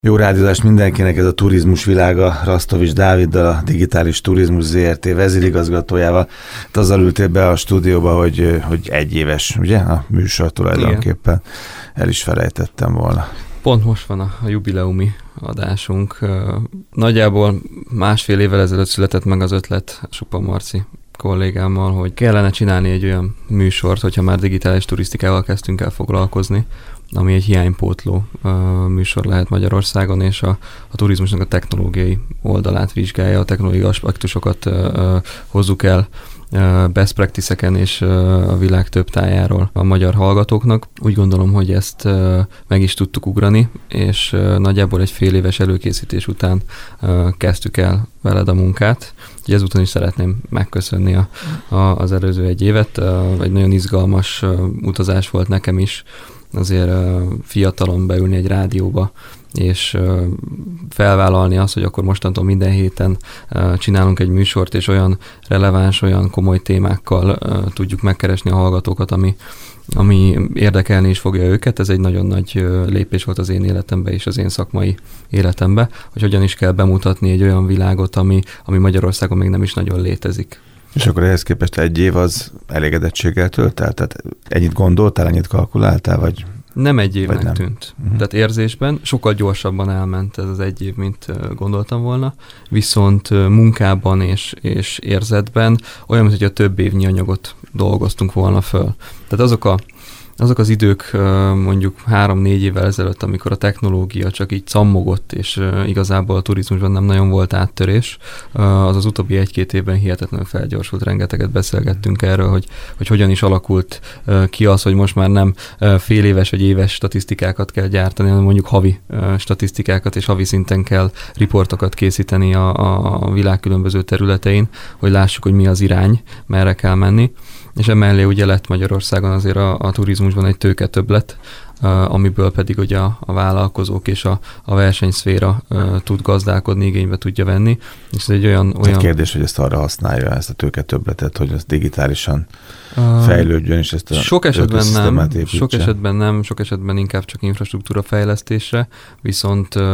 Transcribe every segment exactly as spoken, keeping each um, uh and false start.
Jó rádiózást mindenkinek, ez a turizmus világa, Rasztovics Dáviddal, a Digitális Turizmus zé er té vezérigazgatójával. Te azzal ültél be a stúdióba, hogy, hogy egy éves, ugye, a műsor tulajdonképpen. Igen. El is felejtettem volna. Pont most van a, a jubileumi adásunk. Nagyjából másfél évvel ezelőtt született meg az ötlet Supa Marci kollégámmal, hogy kellene csinálni egy olyan műsort, hogyha már digitális turisztikával kezdtünk el foglalkozni, ami egy hiánypótló uh, műsor lehet Magyarországon, és a, a turizmusnak a technológiai oldalát vizsgálja, a technológiai aspektusokat uh, uh, hozzuk el uh, best practice-eken és uh, a világ több tájáról a magyar hallgatóknak. Úgy gondolom, hogy ezt uh, meg is tudtuk ugrani, és uh, nagyjából egy fél éves előkészítés után uh, kezdtük el veled a munkát. Úgyhogy ezúton is szeretném megköszönni a, a, az előző egy évet. Uh, egy nagyon izgalmas uh, utazás volt nekem is, azért uh, fiatalon beülni egy rádióba, és uh, felvállalni azt, hogy akkor mostantól minden héten uh, csinálunk egy műsort, és olyan releváns, olyan komoly témákkal uh, tudjuk megkeresni a hallgatókat, ami, ami érdekelni is fogja őket. Ez egy nagyon nagy uh, lépés volt az én életembe és az én szakmai életembe, hogy hogyan is kell bemutatni egy olyan világot, ami, ami Magyarországon még nem is nagyon létezik. És akkor ehhez képest egy év az elégedettséggel tölt el? Tehát ennyit gondoltál, ennyit kalkuláltál, vagy? Nem egy évnek nem? tűnt. Uh-huh. Tehát érzésben sokkal gyorsabban elment ez az egy év, mint gondoltam volna, viszont munkában és, és érzetben olyan, mint hogy a több évnyi anyagot dolgoztunk volna föl. Tehát azok a Azok az idők mondjuk három-négy évvel ezelőtt, amikor a technológia csak így cammogott, és igazából a turizmusban nem nagyon volt áttörés, az az utóbbi egy-két évben hihetetlenül felgyorsult, rengeteget beszélgettünk erről, hogy, hogy hogyan is alakult ki az, hogy most már nem fél éves vagy éves statisztikákat kell gyártani, hanem mondjuk havi statisztikákat, és havi szinten kell riportokat készíteni a, a világ különböző területein, hogy lássuk, hogy mi az irány, merre kell menni. És emellé ugye lett Magyarországon azért a, a turizmusban egy tőketöbblet, uh, amiből pedig ugye a, a vállalkozók és a, a versenyszféra uh, tud gazdálkodni, igénybe tudja venni. És ez egy olyan... olyan... kérdés, hogy ezt arra használja, ezt a tőketöbbletet, hogy ez digitálisan uh, fejlődjön, és ezt a sok esetben nem, építse. Sok esetben nem, sok esetben inkább csak infrastruktúra fejlesztésre, viszont uh,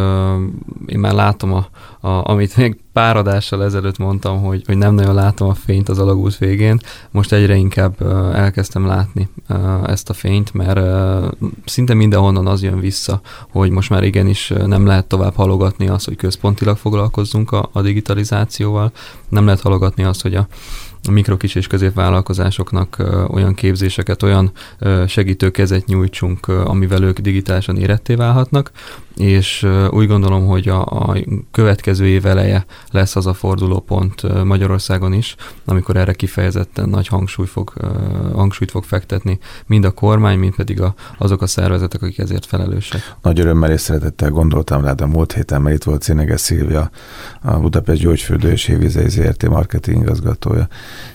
én már látom, a, a, amit még pár adással ezelőtt mondtam, hogy, hogy nem nagyon látom a fényt az alagút végén. Most egyre inkább uh, elkezdtem látni uh, ezt a fényt, mert uh, szinte mindenhonnan az jön vissza, hogy most már igenis nem lehet tovább halogatni azt, hogy központilag foglalkozzunk a, a digitalizációval, nem lehet halogatni azt, hogy a a mikro, kis és középvállalkozásoknak uh, olyan képzéseket, olyan uh, segítőkezet nyújtsunk, uh, amivel ők digitálisan éretté válhatnak, és uh, úgy gondolom, hogy a, a következő év eleje lesz az a fordulópont uh, Magyarországon is, amikor erre kifejezetten nagy hangsúly fog, uh, hangsúlyt fog fektetni mind a kormány, mind pedig a, azok a szervezetek, akik ezért felelősek. Nagy örömmel és szeretettel gondoltam rá, de a múlt héten, mert itt volt Céneges Szilvia, a Budapest Gyógyfürdő és Hévizei zé er té marketing igazgatója,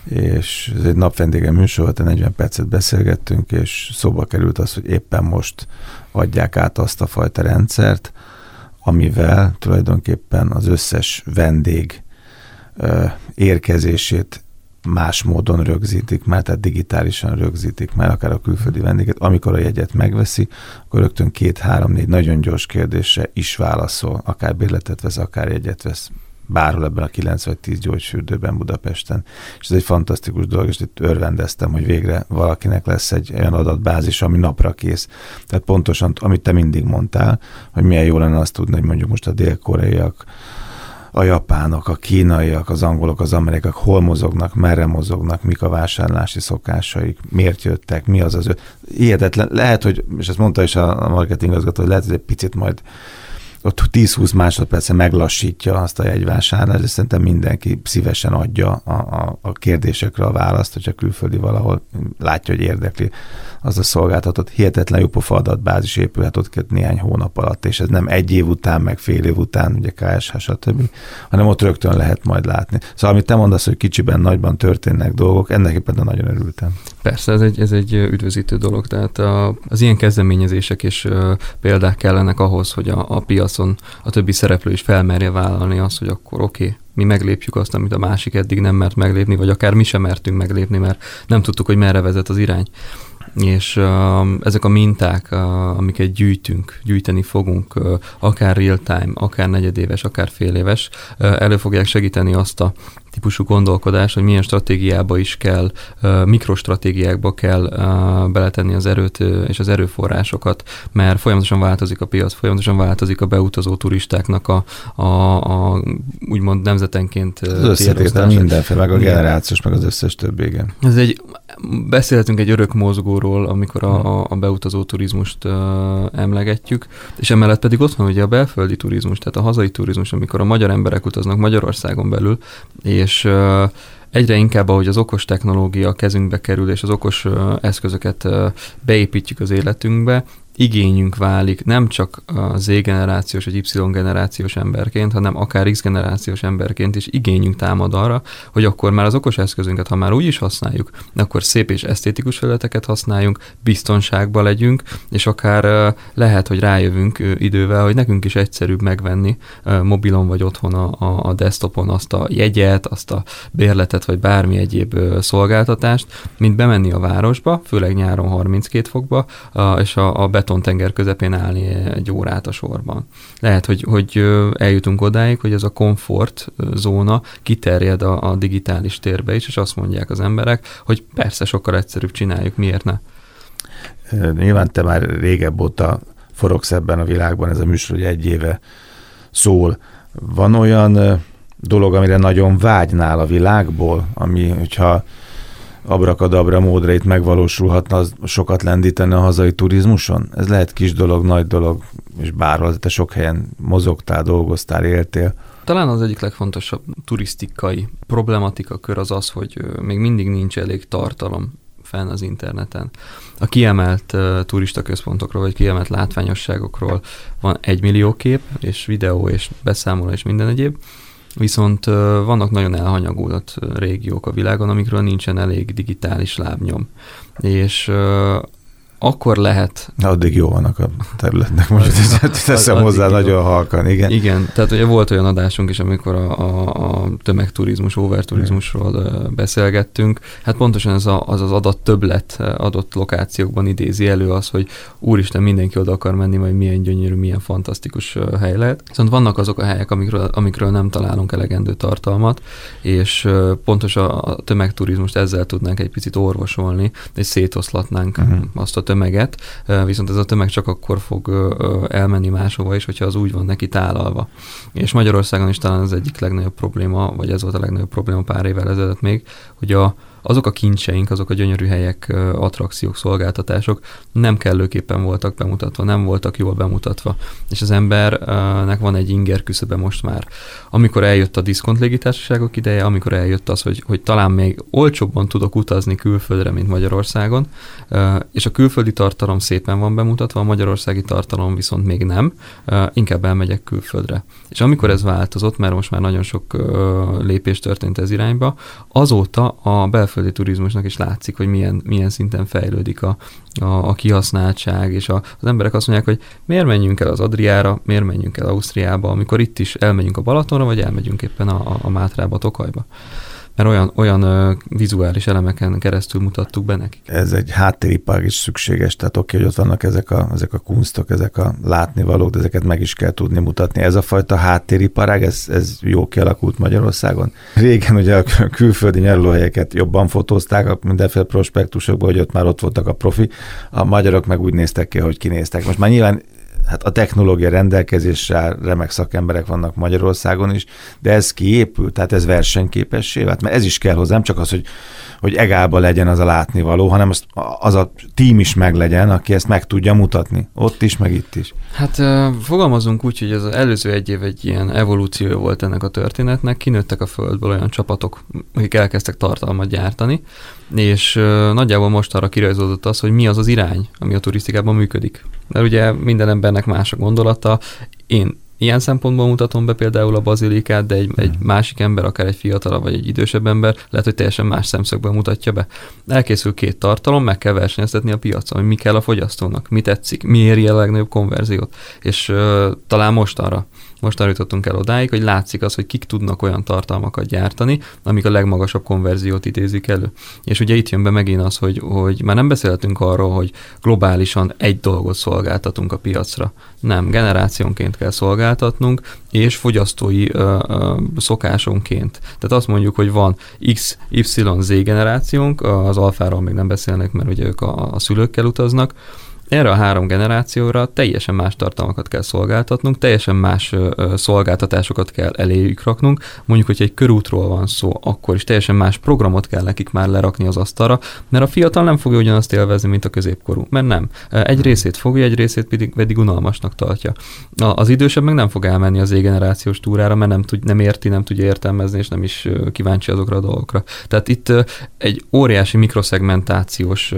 és ez egy napvendége műsor volt, negyven percet beszélgettünk, és szóba került az, hogy éppen most adják át azt a fajta rendszert, amivel tulajdonképpen az összes vendég ö, érkezését más módon rögzítik már, tehát digitálisan rögzítik már, akár a külföldi vendéget. Amikor a jegyet megveszi, akkor rögtön két-három-négy nagyon gyors kérdésre is válaszol, akár bérletet vesz, akár jegyet vesz, bárhol ebben a kilenc vagy tíz gyógyfürdőben Budapesten. És ez egy fantasztikus dolog, és itt örvendeztem, hogy végre valakinek lesz egy olyan adatbázis, ami napra kész. Tehát pontosan, amit te mindig mondtál, hogy milyen jó lenne azt tudni, hogy mondjuk most a dél-koreaiak, a japánok, a kínaiak, az angolok, az amerikaiak hol mozognak, merre mozognak, mik a vásárlási szokásaik, miért jöttek, mi az az ő. Hihetetlen. Lehet, hogy, és ezt mondta is a marketingigazgató, hogy lehet, hogy egy picit majd ott tíz-húsz másodpercen meglassítja azt a jegyvásárlást, de szerintem mindenki szívesen adja a, a, a kérdésekre a választ, hogyha külföldi valahol látja, hogy érdekli az a szolgáltatót. Hihetetlen jó pofa adatbázis épülhet ott néhány hónap alatt, és ez nem egy év után, meg fél év után, ugye ká es há, stb., hanem ott rögtön lehet majd látni. Szóval amit te mondasz, hogy kicsiben, nagyban történnek dolgok, ennek éppen nagyon örültem. Persze, ez egy, ez egy üdvözítő dolog, tehát a, az ilyen kezdeményezések és uh, példák kellenek ahhoz, hogy a, a piacon a többi szereplő is felmerje vállalni azt, hogy akkor oké, okay, mi meglépjük azt, amit a másik eddig nem mert meglépni, vagy akár mi sem mertünk meglépni, mert nem tudtuk, hogy merre vezet az irány. és uh, ezek a minták, uh, amiket gyűjtünk, gyűjteni fogunk, uh, akár real-time, akár negyedéves, akár féléves, uh, elő fogják segíteni azt a típusú gondolkodás, hogy milyen stratégiába is kell, uh, mikrostratégiákba kell uh, beletenni az erőt uh, és az erőforrásokat, mert folyamatosan változik a piac, folyamatosan változik a beutazó turistáknak a, a, a úgymond nemzetenként uh, az összetétel mindenféle, meg a generációs, meg az összes több, igen. Ez egy, beszélhetünk egy örök mozgóról, amikor a, a beutazó turizmust uh, emlegetjük, és emellett pedig ott van ugye a belföldi turizmus, tehát a hazai turizmus, amikor a magyar emberek utaznak Magyarországon belül, és uh, egyre inkább, ahogy az okos technológia a kezünkbe kerül, és az okos uh, eszközöket uh, beépítjük az életünkbe, igényünk válik nem csak a Z-generációs vagy Y-generációs emberként, hanem akár X-generációs emberként is igényünk támad arra, hogy akkor már az okos eszközünket, ha már úgy is használjuk, akkor szép és esztétikus felületeket használjunk, biztonságban legyünk, és akár lehet, hogy rájövünk idővel, hogy nekünk is egyszerűbb megvenni mobilon vagy otthon a, a desktopon azt a jegyet, azt a bérletet, vagy bármi egyéb szolgáltatást, mint bemenni a városba, főleg nyáron harminckét fokba, és a, a betontenger közepén állni egy órát a sorban. Lehet, hogy, hogy eljutunk odáig, hogy ez a komfort zóna kiterjed a, a digitális térbe is, és azt mondják az emberek, hogy persze sokkal egyszerűbb csináljuk, miért ne? Nyilván te már régebb óta forogsz ebben a világban, ez a műsor, hogy egy éve szól. Van olyan dolog, amire nagyon vágynál a világból, ami, hogyha abrakadabra módra itt megvalósulhatna, az sokat lendítene a hazai turizmuson? Ez lehet kis dolog, nagy dolog, és bárhol, te sok helyen mozogtál, dolgoztál, éltél. Talán az egyik legfontosabb turisztikai problematika kör az az, hogy még mindig nincs elég tartalom fenn az interneten. A kiemelt uh, turistaközpontokról, vagy kiemelt látványosságokról van egy millió kép, és videó, és beszámoló, és minden egyéb. Viszont uh, vannak nagyon elhanyagult uh, régiók a világon, amikről nincsen elég digitális lábnyom. És uh, akkor lehet... Addig jó vannak a területnek, most teszem hozzá jó. Nagyon halkan, igen. Igen, tehát ugye volt olyan adásunk is, amikor a, a, a tömegturizmus, overturizmusról uh, beszélgettünk. Hát pontosan ez a, az az adat többlet adott lokációkban idézi elő az, hogy úristen, mindenki oda akar menni, majd milyen gyönyörű, milyen fantasztikus uh, hely lehet. Viszont vannak azok a helyek, amikről, amikről nem találunk elegendő tartalmat, és uh, pontos a, a tömegturizmust ezzel tudnánk egy picit orvosolni, és szétoszlatnánk uh-huh. azt a tömeget, viszont ez a tömeg csak akkor fog elmenni máshova is, hogyha az úgy van neki tálalva. És Magyarországon is talán az egyik legnagyobb probléma, vagy ez volt a legnagyobb probléma pár évvel ezelőtt még, hogy a azok a kincseink, azok a gyönyörű helyek, attrakciók, szolgáltatások nem kellőképpen voltak bemutatva, nem voltak jól bemutatva. És az embernek van egy inger küszöbe most már. Amikor eljött a diszkont légitársaságok ideje, amikor eljött az, hogy, hogy talán még olcsóbban tudok utazni külföldre, mint Magyarországon, és a külföldi tartalom szépen van bemutatva, a magyarországi tartalom viszont még nem, inkább elmegyek külföldre. És amikor ez változott, mert most már nagyon sok lépés történt ez irányba, azóta a belföldi turizmusnak is látszik, hogy milyen, milyen szinten fejlődik a, a, a kihasználtság, és a, az emberek azt mondják, hogy miért menjünk el az Adriára, miért menjünk el Ausztriába, amikor itt is elmegyünk a Balatonra, vagy elmegyünk éppen a, a Mátrába, Tokajba. Mert olyan, olyan uh, vizuális elemeken keresztül mutattuk be nekik. Ez egy háttéripar is szükséges, tehát oké, hogy ott vannak ezek a, ezek a kunstok, ezek a látnivalók, de ezeket meg is kell tudni mutatni. Ez a fajta háttériparág, ez, ez jó kialakult Magyarországon. Régen ugye a külföldi nyaralóhelyeket jobban fotózták, mindenféle prospektusokban, hogy ott már ott voltak a profi, a magyarok meg úgy néztek ki, hogy kinéztek. Most már nyilván hát a technológia rendelkezésre remek szakemberek vannak Magyarországon is, de ez kiépül, tehát ez versenyképessé vált, mert ez is kell hozzá, nem csak az, hogy, hogy egálba legyen az a látnivaló, hanem az, az a tím is meglegyen, aki ezt meg tudja mutatni, ott is, meg itt is. Hát fogalmazunk úgy, hogy ez az előző egy év egy ilyen evolúció volt ennek a történetnek, kinőttek a földből olyan csapatok, akik elkezdtek tartalmat gyártani, és nagyjából most arra kirajzolódott az, hogy mi az az irány, ami a turisztikában működik. Mert ugye minden embernek más a gondolata, én ilyen szempontból mutatom be például a bazilikát, de egy, egy másik ember, akár egy fiatalabb vagy egy idősebb ember, lehet, hogy teljesen más szemszögből mutatja be. Elkészül két tartalom, meg kell versenyeztetni a piacon, hogy mi kell a fogyasztónak, mi tetszik, mi éri a legnagyobb konverziót. És uh, talán mostanra, mostanra jutottunk el odáig, hogy látszik az, hogy kik tudnak olyan tartalmakat gyártani, amik a legmagasabb konverziót idézik elő. És ugye itt jön be megint az, hogy, hogy már nem beszéltünk arról, hogy globálisan egy dolgot szolgáltatunk a piacra. Nem, generációnként kell szolgáltatnunk, és fogyasztói ö, ö, szokásonként. Tehát azt mondjuk, hogy van X, Y, Z generációnk, az alfáról még nem beszélnek, mert ugye ők a, a szülőkkel utaznak. Erre a három generációra teljesen más tartalmakat kell szolgáltatnunk, teljesen más ö, ö, szolgáltatásokat kell eléjük raknunk. Mondjuk, hogy egy körútról van szó, akkor is teljesen más programot kell nekik már lerakni az asztalra, mert a fiatal nem fogja ugyanazt élvezni, mint a középkorú. Mert nem. Egy részét fogja, egy részét pedig, pedig unalmasnak tartja. Az idősebb meg nem fog elmenni az Z-generációs túrára, mert nem, tud, nem érti, nem tudja értelmezni, és nem is kíváncsi azokra a dolgokra. Tehát itt egy óriási mikroszegmentációs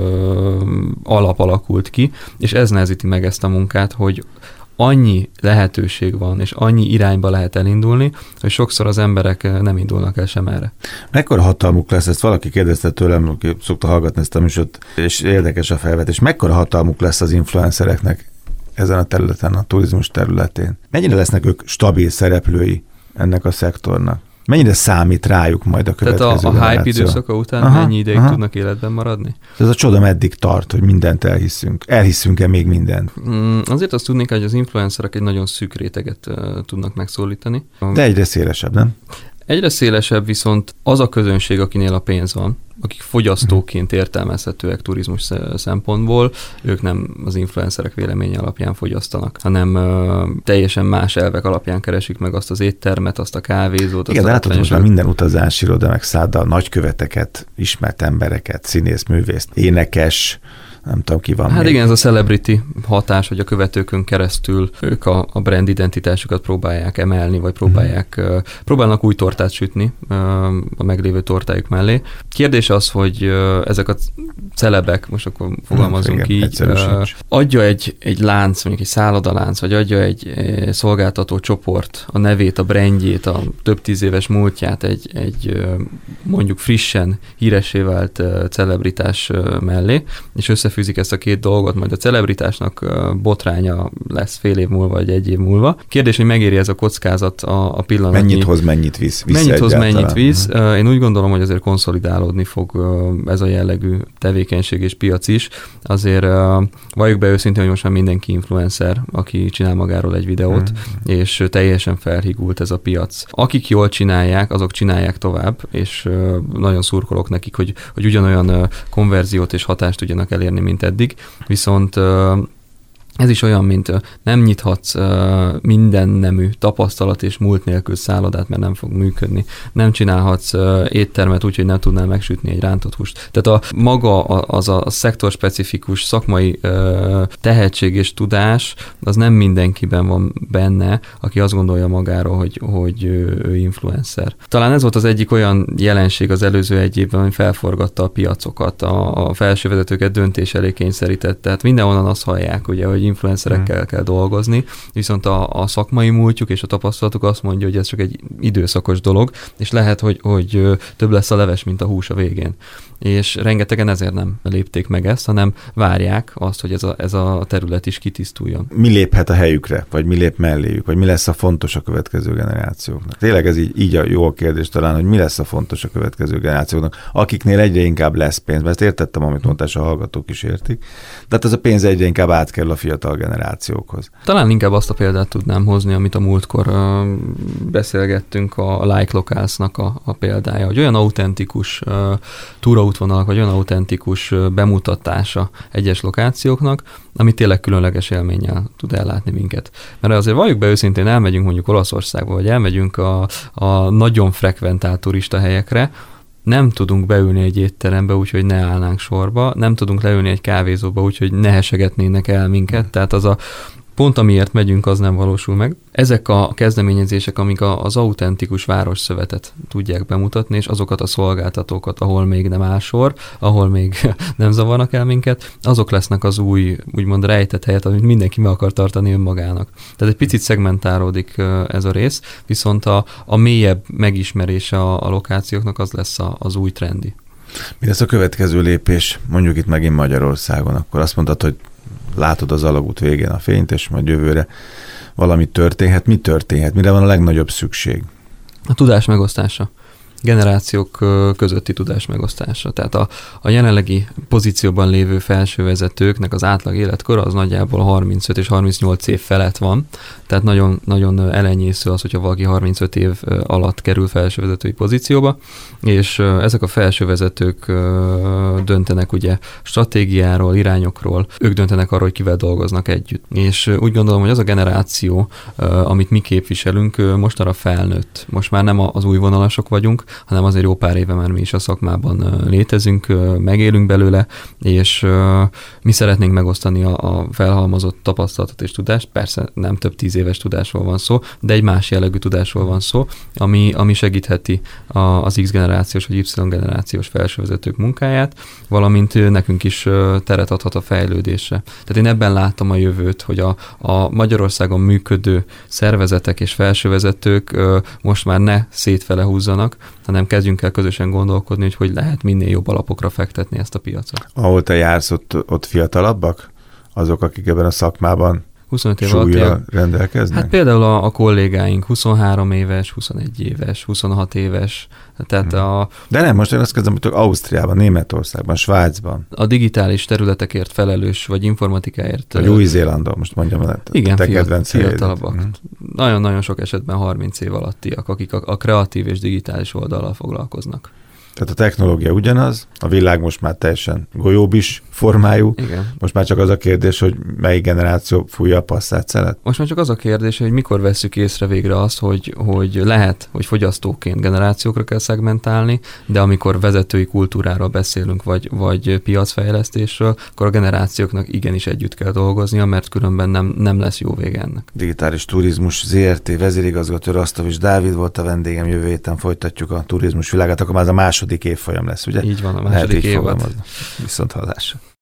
alap alakult ki, és ez nehezíti meg ezt a munkát, hogy annyi lehetőség van, és annyi irányba lehet elindulni, hogy sokszor az emberek nem indulnak el sem erre. Mekkora hatalmuk lesz, ezt valaki kérdezte tőlem, aki szokta hallgatni ezt a műsort, és érdekes a felvetés, mekkora hatalmuk lesz az influencereknek ezen a területen, a turizmus területén? Mennyire lesznek ők stabil szereplői ennek a szektornak? Mennyire számít rájuk majd a következő Tehát a, a generáció? hype időszaka után aha, mennyi ideig aha. tudnak életben maradni? Ez a csoda meddig tart, hogy mindent elhiszünk. Elhiszünk-e még mindent? Mm, azért azt tudnék, hogy az influencerek egy nagyon szűk réteget uh, tudnak megszólítani. De egyre szélesebb, nem? Egyre szélesebb, viszont az a közönség, akinél a pénz van, akik fogyasztóként értelmezhetőek turizmus szempontból, ők nem az influencerek véleménye alapján fogyasztanak, hanem uh, teljesen más elvek alapján keresik meg azt az éttermet, azt a kávézót. Igen, látod, most már minden utazási iroda meg száddal nagyköveteket, ismert embereket, színész, művész, énekes, nem tudom, ki van Hát még. igen, ez a celebrity hatás, hogy a követőkön keresztül ők a, a brand identitásukat próbálják emelni, vagy próbálják, uh, próbálnak új tortát sütni uh, a meglévő tortájuk mellé. Kérdés az, hogy uh, ezek a celebek, most akkor fogalmazunk hmm, így, uh, adja egy, egy lánc, mondjuk egy szállodalánc, vagy adja egy uh, szolgáltató csoport a nevét, a brandjét, a több tíz éves múltját egy, egy uh, mondjuk frissen híressé vált uh, celebritás uh, mellé, és össze fűzik ezt a két dolgot, majd a celebritásnak botránya lesz fél év múlva, vagy egy év múlva. Kérdés, hogy megéri ez a kockázat a, a pillanatnyi... Mennyit hoz, mennyit visz? Mennyit hoz, mennyit visz. Uh-huh. Én úgy gondolom, hogy azért konszolidálódni fog ez a jellegű tevékenység és piac is. Azért uh, valljuk be őszintén, hogy most már mindenki influencer, aki csinál magáról egy videót, uh-huh. és teljesen felhigult ez a piac. Akik jól csinálják, azok csinálják tovább, és uh, nagyon szurkolok nekik, hogy, hogy ugyanolyan uh, konverziót és hatást tudjanak elérni, mint eddig, viszont ez is olyan, mint nem nyithatsz minden nemű tapasztalat és múlt nélkül szállodát, mert nem fog működni. Nem csinálhatsz éttermet úgy, hogy nem tudnál megsütni egy rántott húst. Tehát a maga az a szektorspecifikus szakmai tehetség és tudás, az nem mindenkiben van benne, aki azt gondolja magáról, hogy, hogy ő influencer. Talán ez volt az egyik olyan jelenség az előző egy évben, ami felforgatta a piacokat, a, a felsővezetőket döntés elé kényszerített. Tehát mindenhonnan azt hallják, ugye, hogy influencerekkel hmm. kell dolgozni, viszont a, a szakmai múltjuk és a tapasztalatuk azt mondja, hogy ez csak egy időszakos dolog, és lehet, hogy, hogy több lesz a leves, mint a hús a végén. És rengetegen ezért nem lépték meg ezt, hanem várják azt, hogy ez a, ez a terület is kitisztuljon. Mi léphet a helyükre, vagy mi lép melléjük, vagy mi lesz a fontos a következő generációknak? Tényleg ez így, így a jó a kérdés talán, hogy mi lesz a fontos a következő generációknak, akiknél egyre inkább lesz pénz, mert ezt értettem, amit mondtál, és a hallgatók is értik. De hát ez a pénz egyre inkább átkerül a fiatal generációkhoz. Talán inkább azt a példát tudnám hozni, amit a múltkor uh, beszélgettünk, a Like Locals-nak a, a példája, hogy olyan autentikus uh, túraútvonalak, vagy olyan autentikus uh, bemutatása egyes lokációknak, ami tényleg különleges élménnyel tud ellátni minket. Mert azért valljuk be őszintén, elmegyünk mondjuk Olaszországba, vagy elmegyünk a, a nagyon frekventált turistahelyekre, nem tudunk beülni egy étterembe, úgyhogy ne állnánk sorba, nem tudunk leülni egy kávézóba, úgyhogy ne hesegetnének el minket, tehát az a pont amiért megyünk, az nem valósul meg. Ezek a kezdeményezések, amik az autentikus városszövetet tudják bemutatni, és azokat a szolgáltatókat, ahol még nem áll sor, ahol még nem zavarnak el minket, azok lesznek az új, úgymond rejtett helyet, amit mindenki meg akar tartani önmagának. Tehát egy picit szegmentálódik ez a rész, viszont a, a mélyebb megismerése a, a lokációknak az lesz a, az új trendi. Mi lesz a következő lépés, mondjuk itt megint Magyarországon? Akkor azt mondtad, hogy látod az alagút végén a fényt, és majd jövőre valami történhet. Mi történhet? Mire van a legnagyobb szükség? A tudás megosztása. Generációk közötti tudás megosztása. Tehát a, a jelenlegi pozícióban lévő felsővezetőknek az átlag életkora az nagyjából harmincöt és harmincnyolc év felett van. Tehát nagyon, nagyon elenyésző az, hogyha valaki harmincöt év alatt kerül felsővezetői pozícióba, és ezek a felsővezetők döntenek ugye stratégiáról, irányokról, ők döntenek arról, hogy kivel dolgoznak együtt. És úgy gondolom, hogy az a generáció, amit mi képviselünk, mostanra felnőtt. Most már nem az új vonalasok vagyunk, hanem azért jó pár éve már mi is a szakmában létezünk, megélünk belőle, és mi szeretnénk megosztani a felhalmozott tapasztalatot és tudást. Persze nem több tíz éves tudásról van szó, de egy más jellegű tudásról van szó, ami, ami segítheti az X generációs vagy Y generációs felsővezetők munkáját, valamint nekünk is teret adhat a fejlődésre. Tehát én ebben látom a jövőt, hogy a, a Magyarországon működő szervezetek és felsővezetők most már ne szétfele húzzanak, hanem kezdjünk el közösen gondolkodni, hogy hogy lehet minél jobb alapokra fektetni ezt a piacot. Ahol te jársz, ott, ott fiatalabbak? Azok, akik ebben a szakmában huszonöt év súllyal rendelkeznek? Hát például a, a kollégáink huszonhárom éves, huszonegy éves, huszonhat éves. Tehát hmm. a, De nem, most én azt kezdem, hogy Ausztriában, Németországban, Svájcban. A digitális területekért felelős, vagy informatikáért. Vagy Új-Zélandon, most mondjam, mert igen, te kedvenc fiatalabbak. Hmm. Nagyon-nagyon sok esetben harminc év alattiak, akik a, a kreatív és digitális oldallal foglalkoznak. Tehát a technológia ugyanaz, a világ most már teljesen golyóbis formájú. Igen. Most már csak az a kérdés, hogy melyik generáció fújja a passzát szelet. Most már csak az a kérdés, hogy mikor vesszük észre végre azt, hogy, hogy lehet, hogy fogyasztóként generációkra kell szegmentálni, de amikor vezetői kultúráról beszélünk, vagy, vagy piacfejlesztésről, akkor a generációknak igenis együtt kell dolgoznia, mert különben nem, nem lesz jó vége ennek. Digitális Turizmus zé er té vezérigazgató Rasztovics Dávid volt a vendégem, jövő héten folytatjuk a turizmus világát, akkor már az a második évfolyam lesz, ugye? Így van, a második évad. Viszont hallásra.